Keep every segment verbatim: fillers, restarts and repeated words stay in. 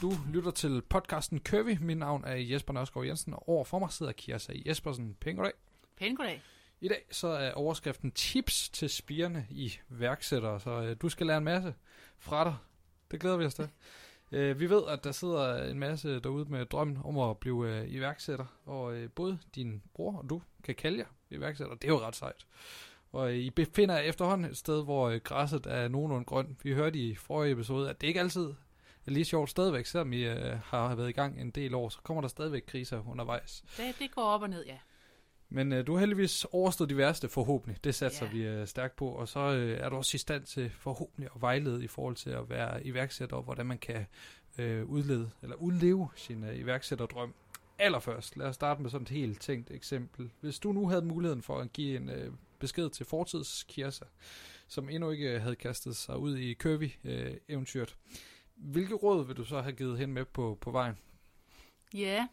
Du lytter til podcasten Curvy. Mit navn er Jesper Nørskov Jensen, og overfor mig sidder Kirsa Jespersen. Pæn goddag. Pæn goddag. I dag så er overskriften tips til spirende iværksættere, så øh, du skal lære en masse fra dig. Det glæder vi os til. øh, vi ved, at der sidder en masse derude med drømmen om at blive øh, iværksætter, og øh, både din bror og du kan kalde jer iværksætter. Det er jo ret sejt. Og øh, I befinder jer efterhånden et sted, hvor øh, græsset er nogenlunde grønt. Vi hørte i forrige episode, at det ikke altid er lige sjovt stadigvæk, selvom I øh, har været i gang en del år, så kommer der stadigvæk kriser undervejs. Det, det går op og ned, ja. Men øh, du har heldigvis overstået de værste forhåbentlig. Det satser ja. vi øh, stærkt på. Og så øh, er du også i stand til forhåbentlig at vejlede i forhold til at være iværksætter, og hvordan man kan øh, udlede, eller udleve sin øh, iværksætterdrøm. Allerførst, lad os starte med sådan et helt tænkt eksempel. Hvis du nu havde muligheden for at give en øh, besked til fortids Kirsa, som endnu ikke havde kastet sig ud i Curvy-eventyret, øh, hvilke råd vil du så have givet hen med på, på vejen? Ja.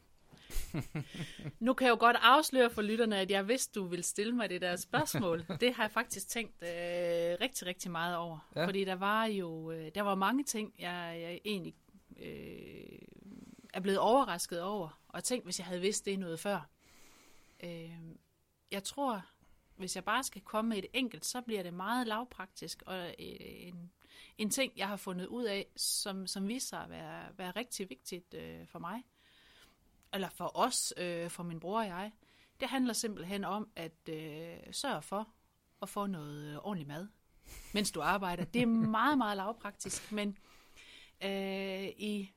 Nu kan jeg jo godt afsløre for lytterne, at jeg vidste, du ville stille mig det der spørgsmål. Det har jeg faktisk tænkt øh, rigtig, rigtig meget over. Ja. Fordi der var jo øh, der var mange ting, jeg, jeg egentlig øh, er blevet overrasket over. Og tænkt, hvis jeg havde vidst det noget før. Øh, jeg tror, hvis jeg bare skal komme med et enkelt, så bliver det meget lavpraktisk. Og øh, en, en ting, jeg har fundet ud af, som, som viser sig at være, være rigtig vigtigt øh, for mig. Eller for os, øh, for min bror og jeg, det handler simpelthen om at øh, sørge for at få noget øh, ordentlig mad, mens du arbejder. Det er meget, meget lavpraktisk, men øh, i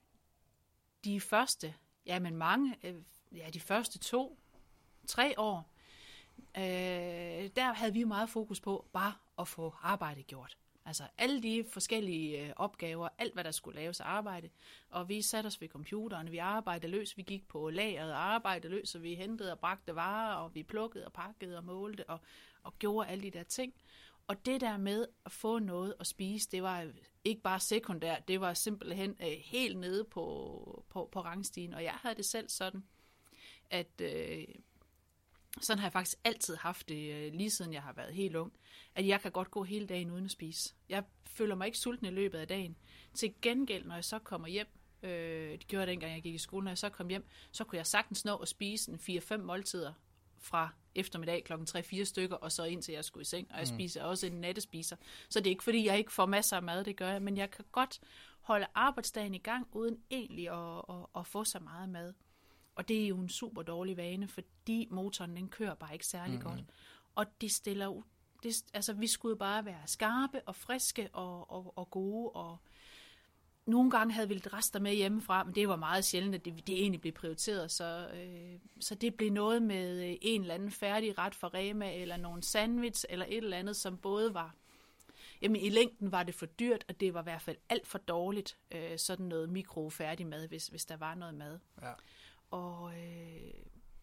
de første, ja, men mange, øh, ja, de første to, tre år, øh, der havde vi meget fokus på bare at få arbejde gjort. Altså alle de forskellige øh, opgaver, alt hvad der skulle laves af arbejde, og vi satte os ved computeren, vi arbejdede løs, vi gik på lageret og arbejdede løs, og vi hentede og bragte varer, og vi plukkede og pakkede og målte og, og gjorde alle de der ting. Og det der med at få noget at spise, det var ikke bare sekundært, det var simpelthen øh, helt nede på, på, på rangstigen, og jeg havde det selv sådan, at... Øh, Sådan har jeg faktisk altid haft det, lige siden jeg har været helt ung, at jeg kan godt gå hele dagen uden at spise. Jeg føler mig ikke sulten i løbet af dagen. Til gengæld, når jeg så kommer hjem, øh, det gjorde jeg dengang, jeg gik i skole, når jeg så kom hjem, så kunne jeg sagtens nå at spise en fire fem måltider fra eftermiddag klokken tre fire stykker, og så indtil jeg skulle i seng, og jeg mm. spiser også en nattespiser. Så det er ikke fordi, jeg ikke får masser af mad, det gør jeg, men jeg kan godt holde arbejdsdagen i gang, uden egentlig at, at, at få så meget mad. Og det er jo en super dårlig vane, fordi motoren, den kører bare ikke særlig mm. godt. Og det stiller jo, det, altså vi skulle bare være skarpe og friske og, og, og gode. Og nogle gange havde vi lidt rester med hjemmefra, men det var meget sjældent, at det, det egentlig blev prioriteret. Så, øh, så det blev noget med en eller anden færdig ret fra Rema, eller nogle sandwich, eller et eller andet, som både var... Jamen i længden var det for dyrt, og det var i hvert fald alt for dårligt, øh, sådan noget mikrofærdig mad, hvis, hvis der var noget mad. Ja. Og øh,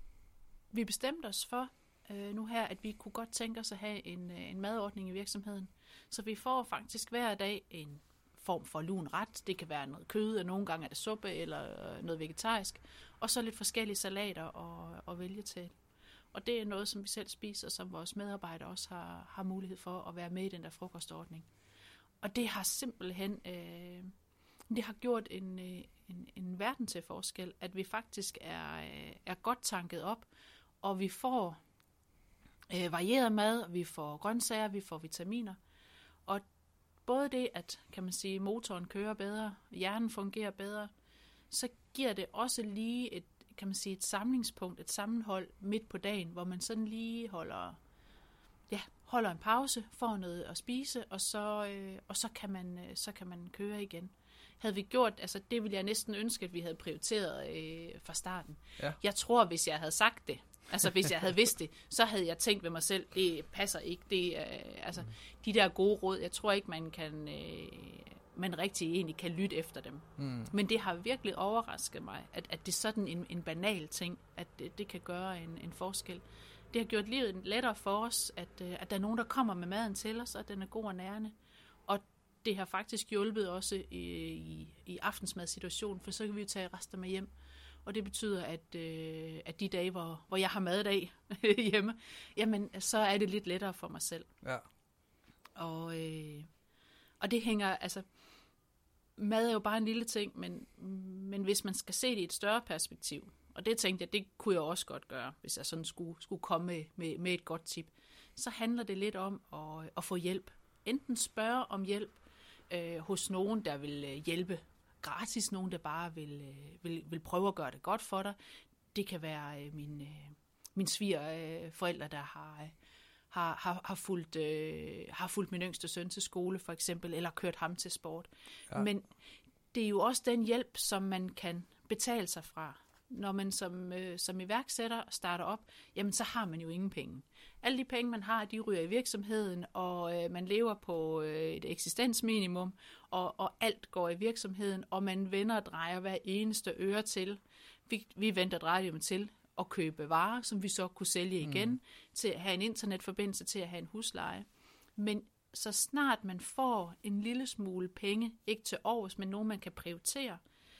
vi bestemte os for øh, nu her, at vi kunne godt tænke os at have en, øh, en madordning i virksomheden. Så vi får faktisk hver dag en form for lun ret. Det kan være noget kød, og nogle gange er det suppe eller øh, noget vegetarisk. Og så lidt forskellige salater at, at vælge til. Og det er noget, som vi selv spiser, som vores medarbejdere også har, har mulighed for at være med i den der frokostordning. Og det har simpelthen... Øh, Det har gjort en, en, en verden til forskel, at vi faktisk er, er godt tanket op, og vi får øh, varieret mad, vi får grøntsager, vi får vitaminer. Og både det, at kan man sige, motoren kører bedre, hjernen fungerer bedre, så giver det også lige et, kan man sige, et samlingspunkt, et sammenhold midt på dagen, hvor man sådan lige holder, ja, holder en pause, får noget at spise, og så, øh, og så, kan man, øh, så kan man køre igen. Havde vi gjort, altså det ville jeg næsten ønske, at vi havde prioriteret øh, fra starten. Ja. Jeg tror, hvis jeg havde sagt det, altså hvis jeg havde vidst det, så havde jeg tænkt ved mig selv, det passer ikke. Det, øh, altså, mm. De der gode råd, jeg tror ikke, man kan, øh, man rigtig egentlig kan lytte efter dem. Mm. Men det har virkelig overrasket mig, at, at det er sådan en, en banal ting, at det, det kan gøre en, en forskel. Det har gjort livet lettere for os, at, øh, at der er nogen, der kommer med maden til os, og at den er god og nærende. Og det har faktisk hjulpet også i, i, i aftensmadssituationen, for så kan vi jo tage rester med hjem. Og det betyder, at, øh, at de dage, hvor, hvor jeg har maddag hjemme, jamen, så er det lidt lettere for mig selv. Ja. Og, øh, og det hænger, altså, mad er jo bare en lille ting, men, men hvis man skal se det i et større perspektiv, og det tænkte jeg, det kunne jeg også godt gøre, hvis jeg sådan skulle, skulle komme med, med, med et godt tip, så handler det lidt om at, at få hjælp. Enten spørge om hjælp øh, hos nogen, der vil hjælpe gratis, nogen, der bare vil, øh, vil, vil prøve at gøre det godt for dig. Det kan være øh, min, øh, min svigerforældre, øh, der har... Øh, Har, har, har, fulgt, øh, har fulgt min yngste søn til skole, for eksempel, eller kørt ham til sport. Ja. Men det er jo også den hjælp, som man kan betale sig fra. Når man som, øh, som iværksætter starter op, jamen så har man jo ingen penge. Alle de penge, man har, de ryger i virksomheden, og øh, man lever på øh, et eksistensminimum, og, og alt går i virksomheden, og man vender og drejer hver eneste øre til. Vi, vi venter og drejer dem til at købe varer, som vi så kunne sælge igen, mm. til at have en internetforbindelse, til at have en husleje. Men så snart man får en lille smule penge, ikke til overs, men nogen, man kan prioritere,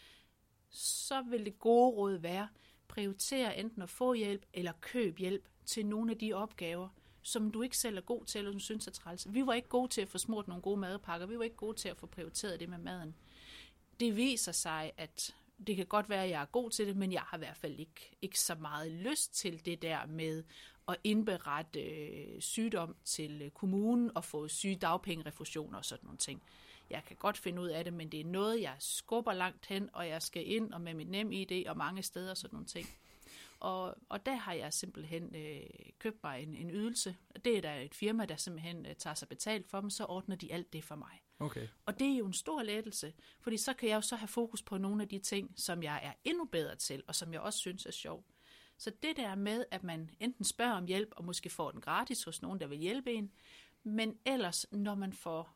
så vil det gode råd være, prioritere enten at få hjælp, eller køb hjælp til nogle af de opgaver, som du ikke selv er god til, eller som synes er træls. Vi var ikke gode til at få smurt nogle gode madpakker, vi var ikke gode til at få prioriteret det med maden. Det viser sig, at det kan godt være, at jeg er god til det, men jeg har i hvert fald ikke, ikke så meget lyst til det der med at indberette øh, sygdom til øh, kommunen og få sygedagpengerefusioner og sådan nogle ting. Jeg kan godt finde ud af det, men det er noget, jeg skubber langt hen, og jeg skal ind og med mit NemID og mange steder og sådan nogle ting. Og, og der har jeg simpelthen øh, købt mig en, en ydelse. Det er der et firma, der simpelthen øh, tager sig betalt for dem, så ordner de alt det for mig. Okay. Og det er jo en stor lettelse, fordi så kan jeg jo så have fokus på nogle af de ting, som jeg er endnu bedre til, og som jeg også synes er sjov. Så det der med, at man enten spørger om hjælp, og måske får den gratis hos nogen, der vil hjælpe en, men ellers, når man får,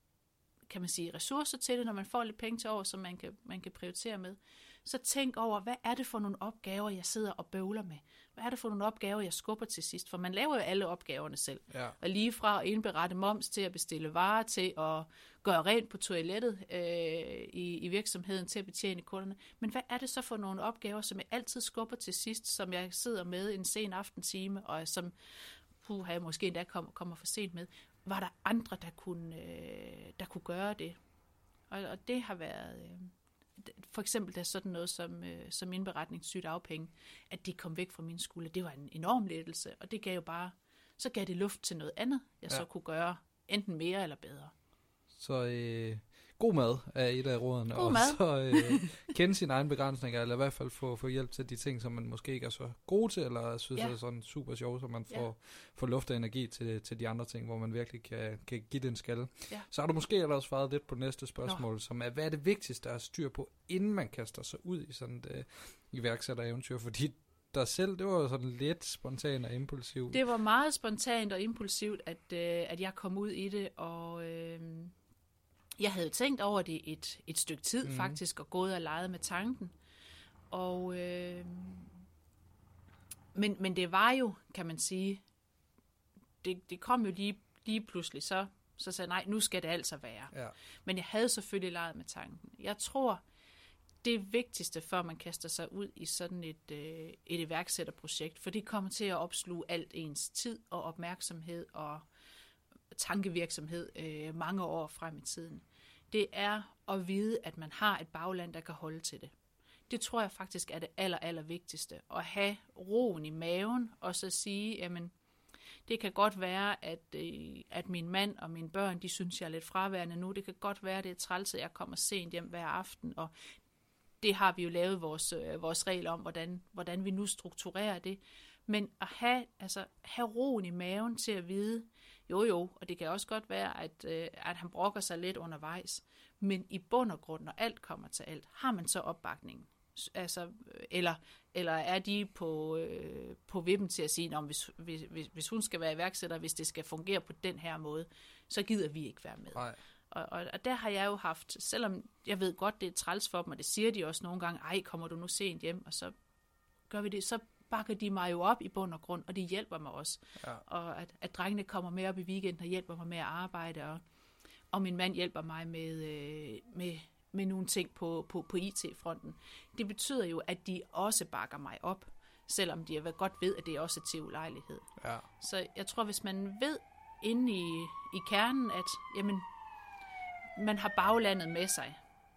kan man sige, ressourcer til det, når man får lidt penge til over, som man kan, man kan prioritere med, så tænk over, hvad er det for nogle opgaver, jeg sidder og bøvler med? Hvad er det for nogle opgaver, jeg skubber til sidst? For man laver jo alle opgaverne selv. Ja. Og lige fra at indberette moms til at bestille varer, til at gøre rent på toilettet øh, i, i virksomheden, til at betjene kunderne. Men hvad er det så for nogle opgaver, som jeg altid skubber til sidst, som jeg sidder med en sen aftentime, og som puha, jeg måske endda kom, kommer for sent med? Var der andre, der kunne, øh, der kunne gøre det? Og, og det har været... Øh, For eksempel der sådan noget som, øh, som indberetningssygedagpenge, at de kom væk fra min skole. Det var en enorm lettelse, og det gav jo bare, så gav det luft til noget andet, jeg ja. så kunne gøre enten mere eller bedre. Så øh, god mad er et af rådene, god og mad. så øh, kende sine egne begrænsninger, eller i hvert fald få, få hjælp til de ting, som man måske ikke er så god til, eller synes ja. er sådan super sjov, så man får, ja. får luft og energi til, til de andre ting, hvor man virkelig kan, kan give det en skalle. Ja. Så har du måske ellers svaret lidt på næste spørgsmål, Nå. som er, hvad er det vigtigste at styre på, inden man kaster sig ud i sådan et øh, iværksættereventyr, fordi dig selv, det var jo sådan lidt spontant og impulsivt. Det var meget spontant og impulsivt, at, øh, at jeg kom ud i det, og øh, jeg havde tænkt over det et, et stykke tid mm. faktisk, og gået og leget med tanken. Og, øh, men, men det var jo, kan man sige, det, det kom jo lige, lige pludselig, så, så sagde jeg, nej, nu skal det altså være. Ja. Men jeg havde selvfølgelig leget med tanken. Jeg tror, det vigtigste, før man kaster sig ud i sådan et, øh, et iværksætterprojekt, for det kommer til at opsluge alt ens tid og opmærksomhed og tankevirksomhed øh, mange år frem i tiden. Det er at vide, at man har et bagland, der kan holde til det. Det tror jeg faktisk er det aller, aller vigtigste. At have roen i maven og så sige, jamen, det kan godt være, at, øh, at min mand og mine børn, de synes, jeg er lidt fraværende nu. Det kan godt være, at det er træls, at jeg kommer sent hjem hver aften, og det har vi jo lavet vores, øh, vores regler om, hvordan, hvordan vi nu strukturerer det. Men at have, altså, have roen i maven til at vide, jo jo, og det kan også godt være, at, øh, at han brokker sig lidt undervejs. Men i bund og grund, når alt kommer til alt, har man så opbakningen? Altså, eller, eller er de på, øh, på vippen til at sige, at hvis, hvis, hvis hun skal være iværksætter, hvis det skal fungere på den her måde, så gider vi ikke være med. Nej. Og, og, og der har jeg jo haft, selvom jeg ved godt, det er træls for dem, og det siger de også nogle gange, ej, kommer du nu sent hjem, og så gør vi det, så bakker de mig jo op i bund og grund, og de hjælper mig også. Ja. Og at, at drengene kommer med op i weekenden og hjælper mig med at arbejde, og, og min mand hjælper mig med, øh, med, med nogle ting på, på, på I T-fronten. Det betyder jo, at de også bakker mig op, selvom de godt ved, at det også er til ulejlighed. Ja. Så jeg tror, hvis man ved inde i, i kernen, at jamen, man har baglandet med sig,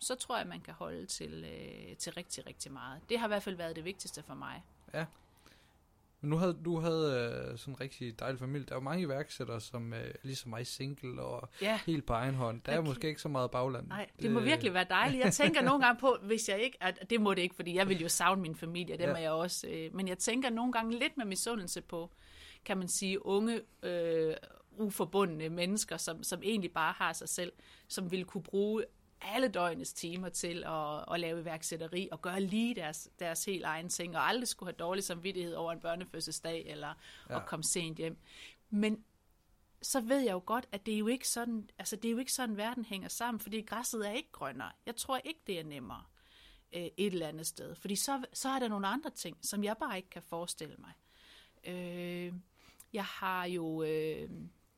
så tror jeg, man kan holde til, øh, til rigtig, rigtig meget. Det har i hvert fald været det vigtigste for mig. Ja. Men nu havde du havde øh, sådan en rigtig dejlig familie. Der er jo mange iværksættere, som øh, ligesom mig single og ja. helt på egen hånd. Der er okay. måske ikke så meget bagland. Nej, det, det må virkelig være dejligt. Jeg tænker nogle gange på, hvis jeg ikke... At det må det ikke, fordi jeg vil jo savne min familie, det ja. må jeg også. Øh, men jeg tænker nogle gange lidt med misundelse på, kan man sige, unge, øh, uforbundne mennesker, som, som egentlig bare har sig selv, som vil kunne bruge alle døgnets timer til at, at lave iværksætteri og gøre lige deres, deres helt egen ting, og aldrig skulle have dårlig samvittighed over en børnefødselsdag, eller ja. at komme sent hjem. Men så ved jeg jo godt, at det er jo ikke sådan, altså det er jo ikke sådan, verden hænger sammen, fordi græsset er ikke grønnere. Jeg tror ikke, det er nemmere øh, et eller andet sted, fordi så, så er der nogle andre ting, som jeg bare ikke kan forestille mig. Øh, jeg har jo... Øh,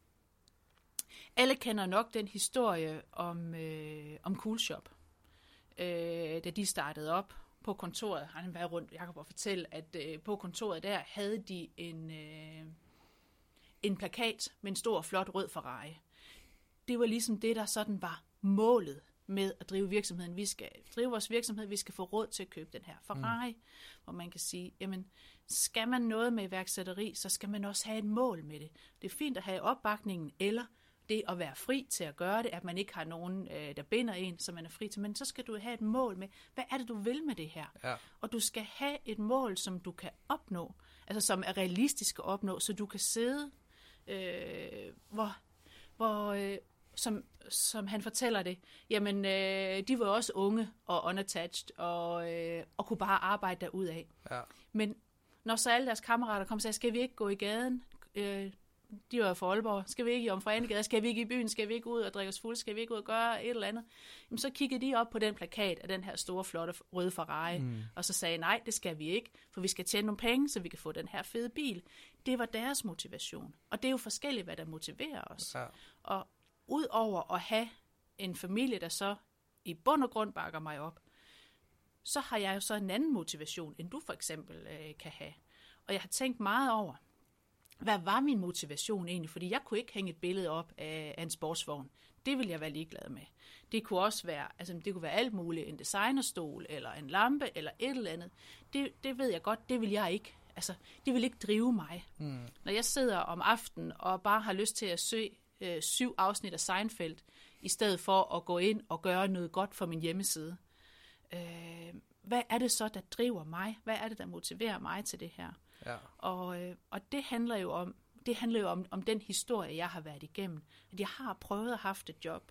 Alle kender nok den historie om, øh, om Coolshop, øh, da de startede op på kontoret. Han har været rundt, Jacob, og fortælle, at øh, på kontoret der havde de en, øh, en plakat med en stor, flot rød Ferrari. Det var ligesom det, der sådan var målet med at drive virksomheden. Vi skal drive vores virksomhed, vi skal få råd til at købe den her Ferrari, mm. hvor man kan sige, jamen, skal man noget med iværksætteri, så skal man også have et mål med det. Det er fint at have opbakningen, eller det at være fri til at gøre det, at man ikke har nogen, øh, der binder en, så man er fri til, men så skal du have et mål med, hvad er det, du vil med det her? Ja. Og du skal have et mål, som du kan opnå, altså som er realistisk at opnå, så du kan sidde, øh, hvor, hvor øh, som, som han fortæller det, jamen, øh, de var også unge og unattached, og, øh, og kunne bare arbejde derudad. Ja. Men når så alle deres kammerater kom og sagde, skal vi ikke gå i gaden? Øh, De var fra Aalborg. Skal vi ikke i Omfrenegade? Skal vi ikke i byen? Skal vi ikke ud og drikke os fuld? Skal vi ikke ud og gøre et eller andet? Jamen, så kiggede de op på den plakat af den her store, flotte røde Ferrari, mm. og så sagde, nej, det skal vi ikke, for vi skal tjene nogle penge, så vi kan få den her fede bil. Det var deres motivation. Og det er jo forskelligt, hvad der motiverer os. Ja. Og udover at have en familie, der så i bund og grund bakker mig op, så har jeg jo så en anden motivation, end du for eksempel øh, kan have. Og jeg har tænkt meget over, hvad var min motivation egentlig? Fordi jeg kunne ikke hænge et billede op af, af en sportsvogn. Det ville jeg være ligeglad med. Det kunne også være, altså det kunne være alt muligt, en designerstol, eller en lampe, eller et eller andet. Det, det ved jeg godt, det vil jeg ikke. Altså, det vil ikke drive mig. Mm. Når jeg sidder om aftenen og bare har lyst til at se øh, syv afsnit af Seinfeld, i stedet for at gå ind og gøre noget godt for min hjemmeside. Øh, hvad er det så, der driver mig? Hvad er det, der motiverer mig til det her? Ja. Og, øh, og det handler jo om, det handler jo om, om den historie, jeg har været igennem. At jeg har prøvet at have et job.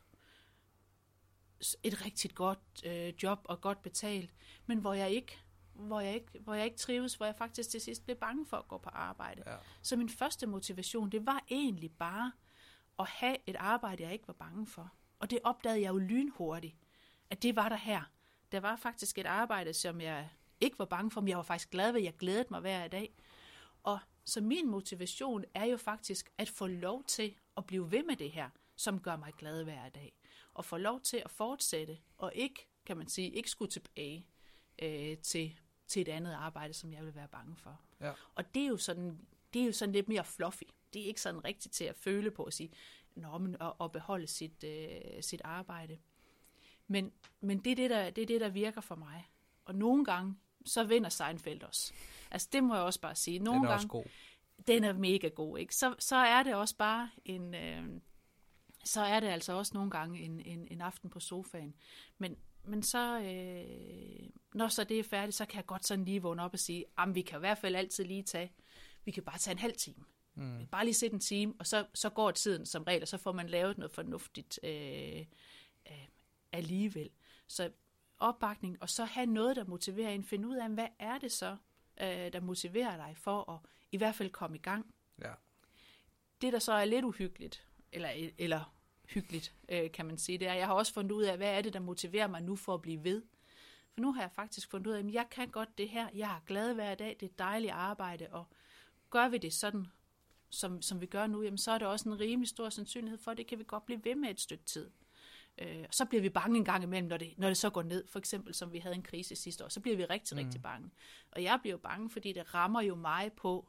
Et rigtig godt øh, job og godt betalt, men hvor jeg ikke hvor jeg ikke hvor jeg ikke trives, hvor jeg faktisk til sidst blev bange for at gå på arbejde. Ja. Så min første motivation, det var egentlig bare at have et arbejde, jeg ikke var bange for. Og det opdagede jeg jo lynhurtigt, at det var der her. Der var faktisk et arbejde, som jeg ikke var bange for, men jeg var faktisk glad ved, jeg glædede mig hver dag. Og så min motivation er jo faktisk at få lov til at blive ved med det her, som gør mig glad hver dag. Og få lov til at fortsætte, og ikke, kan man sige, ikke skulle tilbage øh, til, til et andet arbejde, som jeg vil være bange for. Ja. Og det er jo sådan, det er jo sådan lidt mere fluffy. Det er ikke sådan rigtigt til at føle på at sige, nå, men at, at beholde sit, øh, sit arbejde. Men, men det, er det, der, det er det, der virker for mig. Og nogle gange, så vinder Seinfeld også. Altså, det må jeg også bare sige. Nogle den er gange, også god. Den er mega god, ikke? Så, så er det også bare en... Øh, så er det altså også nogle gange en, en, en aften på sofaen. Men, men så, øh, når så det er færdigt, så kan jeg godt sådan lige vågne op og sige, jamen, vi kan i hvert fald altid lige tage, vi kan bare tage en halv time. Mm. Bare lige sætte en time, og så, så går tiden som regel, og så får man lavet noget fornuftigt øh, øh, alligevel. Så opbakning, og så have noget, der motiverer en. Finde ud af, hvad er det så, øh, der motiverer dig for at i hvert fald komme i gang. Ja. Det, der så er lidt uhyggeligt, eller, eller hyggeligt, øh, kan man sige, det er, jeg har også fundet ud af, hvad er det, der motiverer mig nu for at blive ved. For nu har jeg faktisk fundet ud af, at jeg kan godt det her, jeg er glad hver dag, det er et dejligt arbejde, og gør vi det sådan, som, som vi gør nu, jamen, så er det også en rimelig stor sandsynlighed for, at det kan vi godt blive ved med et stykke tid. Øh, så bliver vi bange en gang imellem, når det, når det så går ned, for eksempel som vi havde en krise sidste år, så bliver vi rigtig, mm. rigtig bange. Og jeg bliver bange, fordi det rammer jo mig på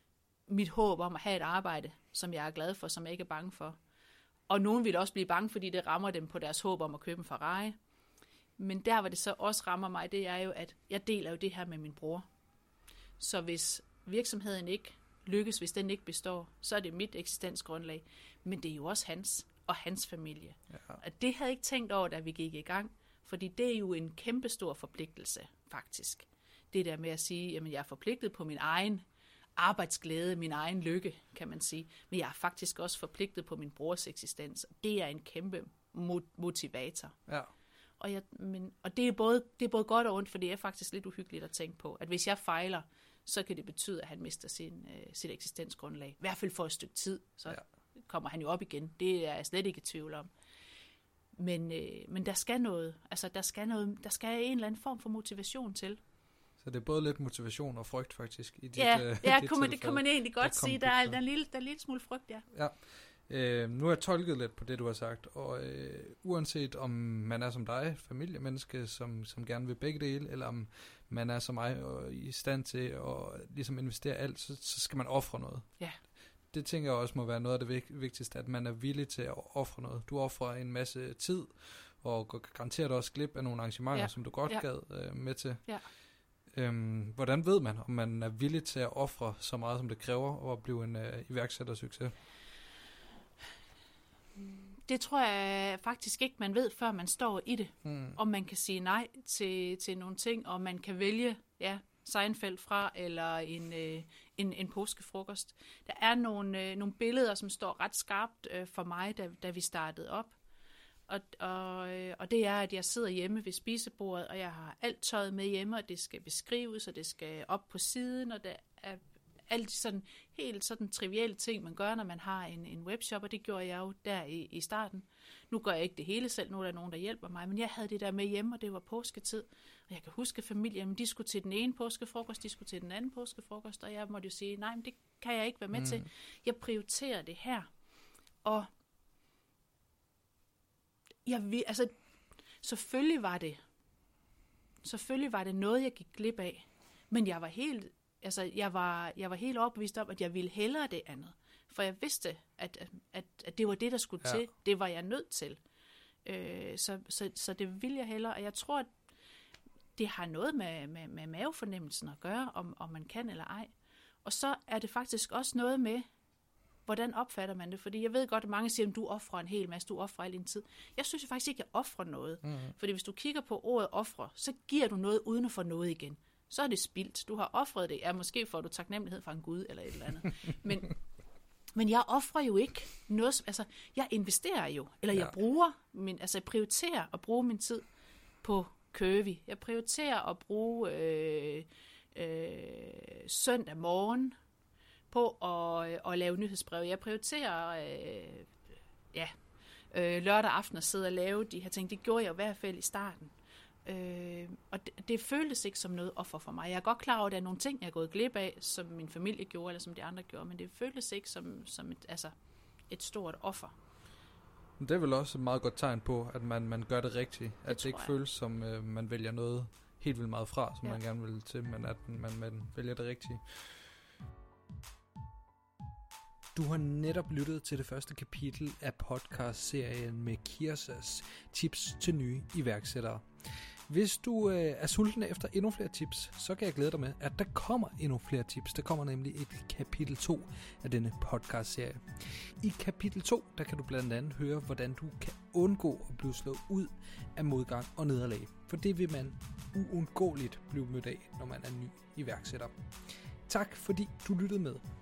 mit håb om at have et arbejde, som jeg er glad for, som jeg ikke er bange for. Og nogen vil også blive bange, fordi det rammer dem på deres håb om at købe en Ferrari. Men der, hvor det så også rammer mig, det er jo, at jeg deler jo det her med min bror. Så hvis virksomheden ikke lykkes, hvis den ikke består, så er det mit eksistensgrundlag. Men det er jo også hans og hans familie. Ja. Og det havde jeg ikke tænkt over, da vi gik i gang. Fordi det er jo en kæmpestor forpligtelse, faktisk. Det der med at sige, at jeg er forpligtet på min egen arbejdsglæde, min egen lykke, kan man sige. Men jeg er faktisk også forpligtet på min brors eksistens. Det er en kæmpe motivator. Ja. Og, jeg, men, og det, er både, det er både godt og ondt, for det er faktisk lidt uhyggeligt at tænke på, at hvis jeg fejler, så kan det betyde, at han mister sin, øh, sit eksistensgrundlag. I hvert fald for et stykke tid, så ja. kommer han jo op igen. Det er jeg slet ikke i tvivl om. Men, øh, men der skal noget, altså der skal noget, der skal en eller anden form for motivation til. Så det er både lidt motivation og frygt faktisk i dit, ja, øh, ja, dit kunne man, det kan man egentlig godt sige. Der er, der, er en lille, der er en lille smule frygt, ja. Ja. Øh, nu har jeg tolket lidt på det, du har sagt, og øh, uanset om man er som dig, familiemenneske, som, som gerne vil begge dele, eller om man er som mig og i stand til at ligesom investere alt, så, så skal man ofre noget. Ja. Det tænker jeg også må være noget af det vigtigste, at man er villig til at ofre noget. Du offrer en masse tid, og går garanteret også glip af nogle arrangementer, ja. som du godt ja. gad øh, med til. Ja. Øhm, hvordan ved man, om man er villig til at ofre så meget, som det kræver, at blive en øh, iværksættersucces? Det tror jeg faktisk ikke, man ved, før man står i det. Hmm. Om man kan sige nej til, til nogle ting, og man kan vælge ja, Seinfeld fra, eller en, øh, en, en påskefrokost. Der er nogle, øh, nogle billeder, som står ret skarpt øh, for mig, da, da vi startede op. Og, og, øh, og det er, at jeg sidder hjemme ved spisebordet, og jeg har alt tøjet med hjemme, og det skal beskrives, og det skal op på siden, og der er alt sådan helt sådan trivielle ting, man gør, når man har en, en webshop, og det gjorde jeg jo der i, i starten. Nu gør jeg ikke det hele selv, nu er der nogen, der hjælper mig, men jeg havde det der med hjemme, og det var påsketid. Og jeg kan huske familien, de skulle til den ene påskefrokost, de skulle til den anden påskefrokost, og jeg måtte jo sige, nej, men det kan jeg ikke være med mm. til. Jeg prioriterer det her. Og jeg vil, altså, selvfølgelig var det, selvfølgelig var det noget, jeg gik glip af, men jeg var helt Altså, jeg var, jeg var helt overbevist om, at jeg ville hellere det andet. For jeg vidste, at, at, at det var det, der skulle ja. til. Det var jeg nødt til. Øh, så, så, så det ville jeg hellere. Og jeg tror, at det har noget med, med, med mavefornemmelsen at gøre, om, om man kan eller ej. Og så er det faktisk også noget med, hvordan opfatter man det? Fordi jeg ved godt, at mange siger, at du offrer en hel masse, du offrer al din tid. Jeg synes faktisk ikke, at jeg offrer noget. Mm. Fordi hvis du kigger på ordet ofre, så giver du noget uden at få noget igen. Så er det spildt. Du har offret det. Ja, måske får du taknemmelighed fra en Gud eller et eller andet. Men, men jeg offrer jo ikke noget. Altså, jeg investerer jo. Eller jeg ja. bruger min, altså jeg prioriterer at bruge min tid på Curvy. Jeg prioriterer at bruge øh, øh, søndag morgen på at, at lave nyhedsbreve. Jeg prioriterer øh, ja, øh, lørdag aften at sidde og lave de her ting. Det gjorde jeg i hvert fald i starten. Øh, og det, det føltes ikke som noget offer for mig. Jeg er godt klar over, at der er nogle ting, jeg er gået glip af, som min familie gjorde, eller som de andre gjorde, men det føltes ikke som, som et, altså et stort offer. Det er vel også et meget godt tegn på, at man, man gør det rigtigt. Det at det ikke jeg. føles som, øh, man vælger noget helt vildt meget fra, som ja. man gerne vil til, men at man, man vælger det rigtige. Du har netop lyttet til det første kapitel af podcast-serien med Kirsas tips til nye iværksættere. Hvis du øh, er sulten efter endnu flere tips, så kan jeg glæde dig med, at der kommer endnu flere tips. Der kommer nemlig et kapitel to af denne podcast-serie. I kapitel to, der kan du blandt andet høre, hvordan du kan undgå at blive slået ud af modgang og nederlag. For det vil man uundgåeligt blive mødt af, når man er ny iværksætter. Tak fordi du lyttede med.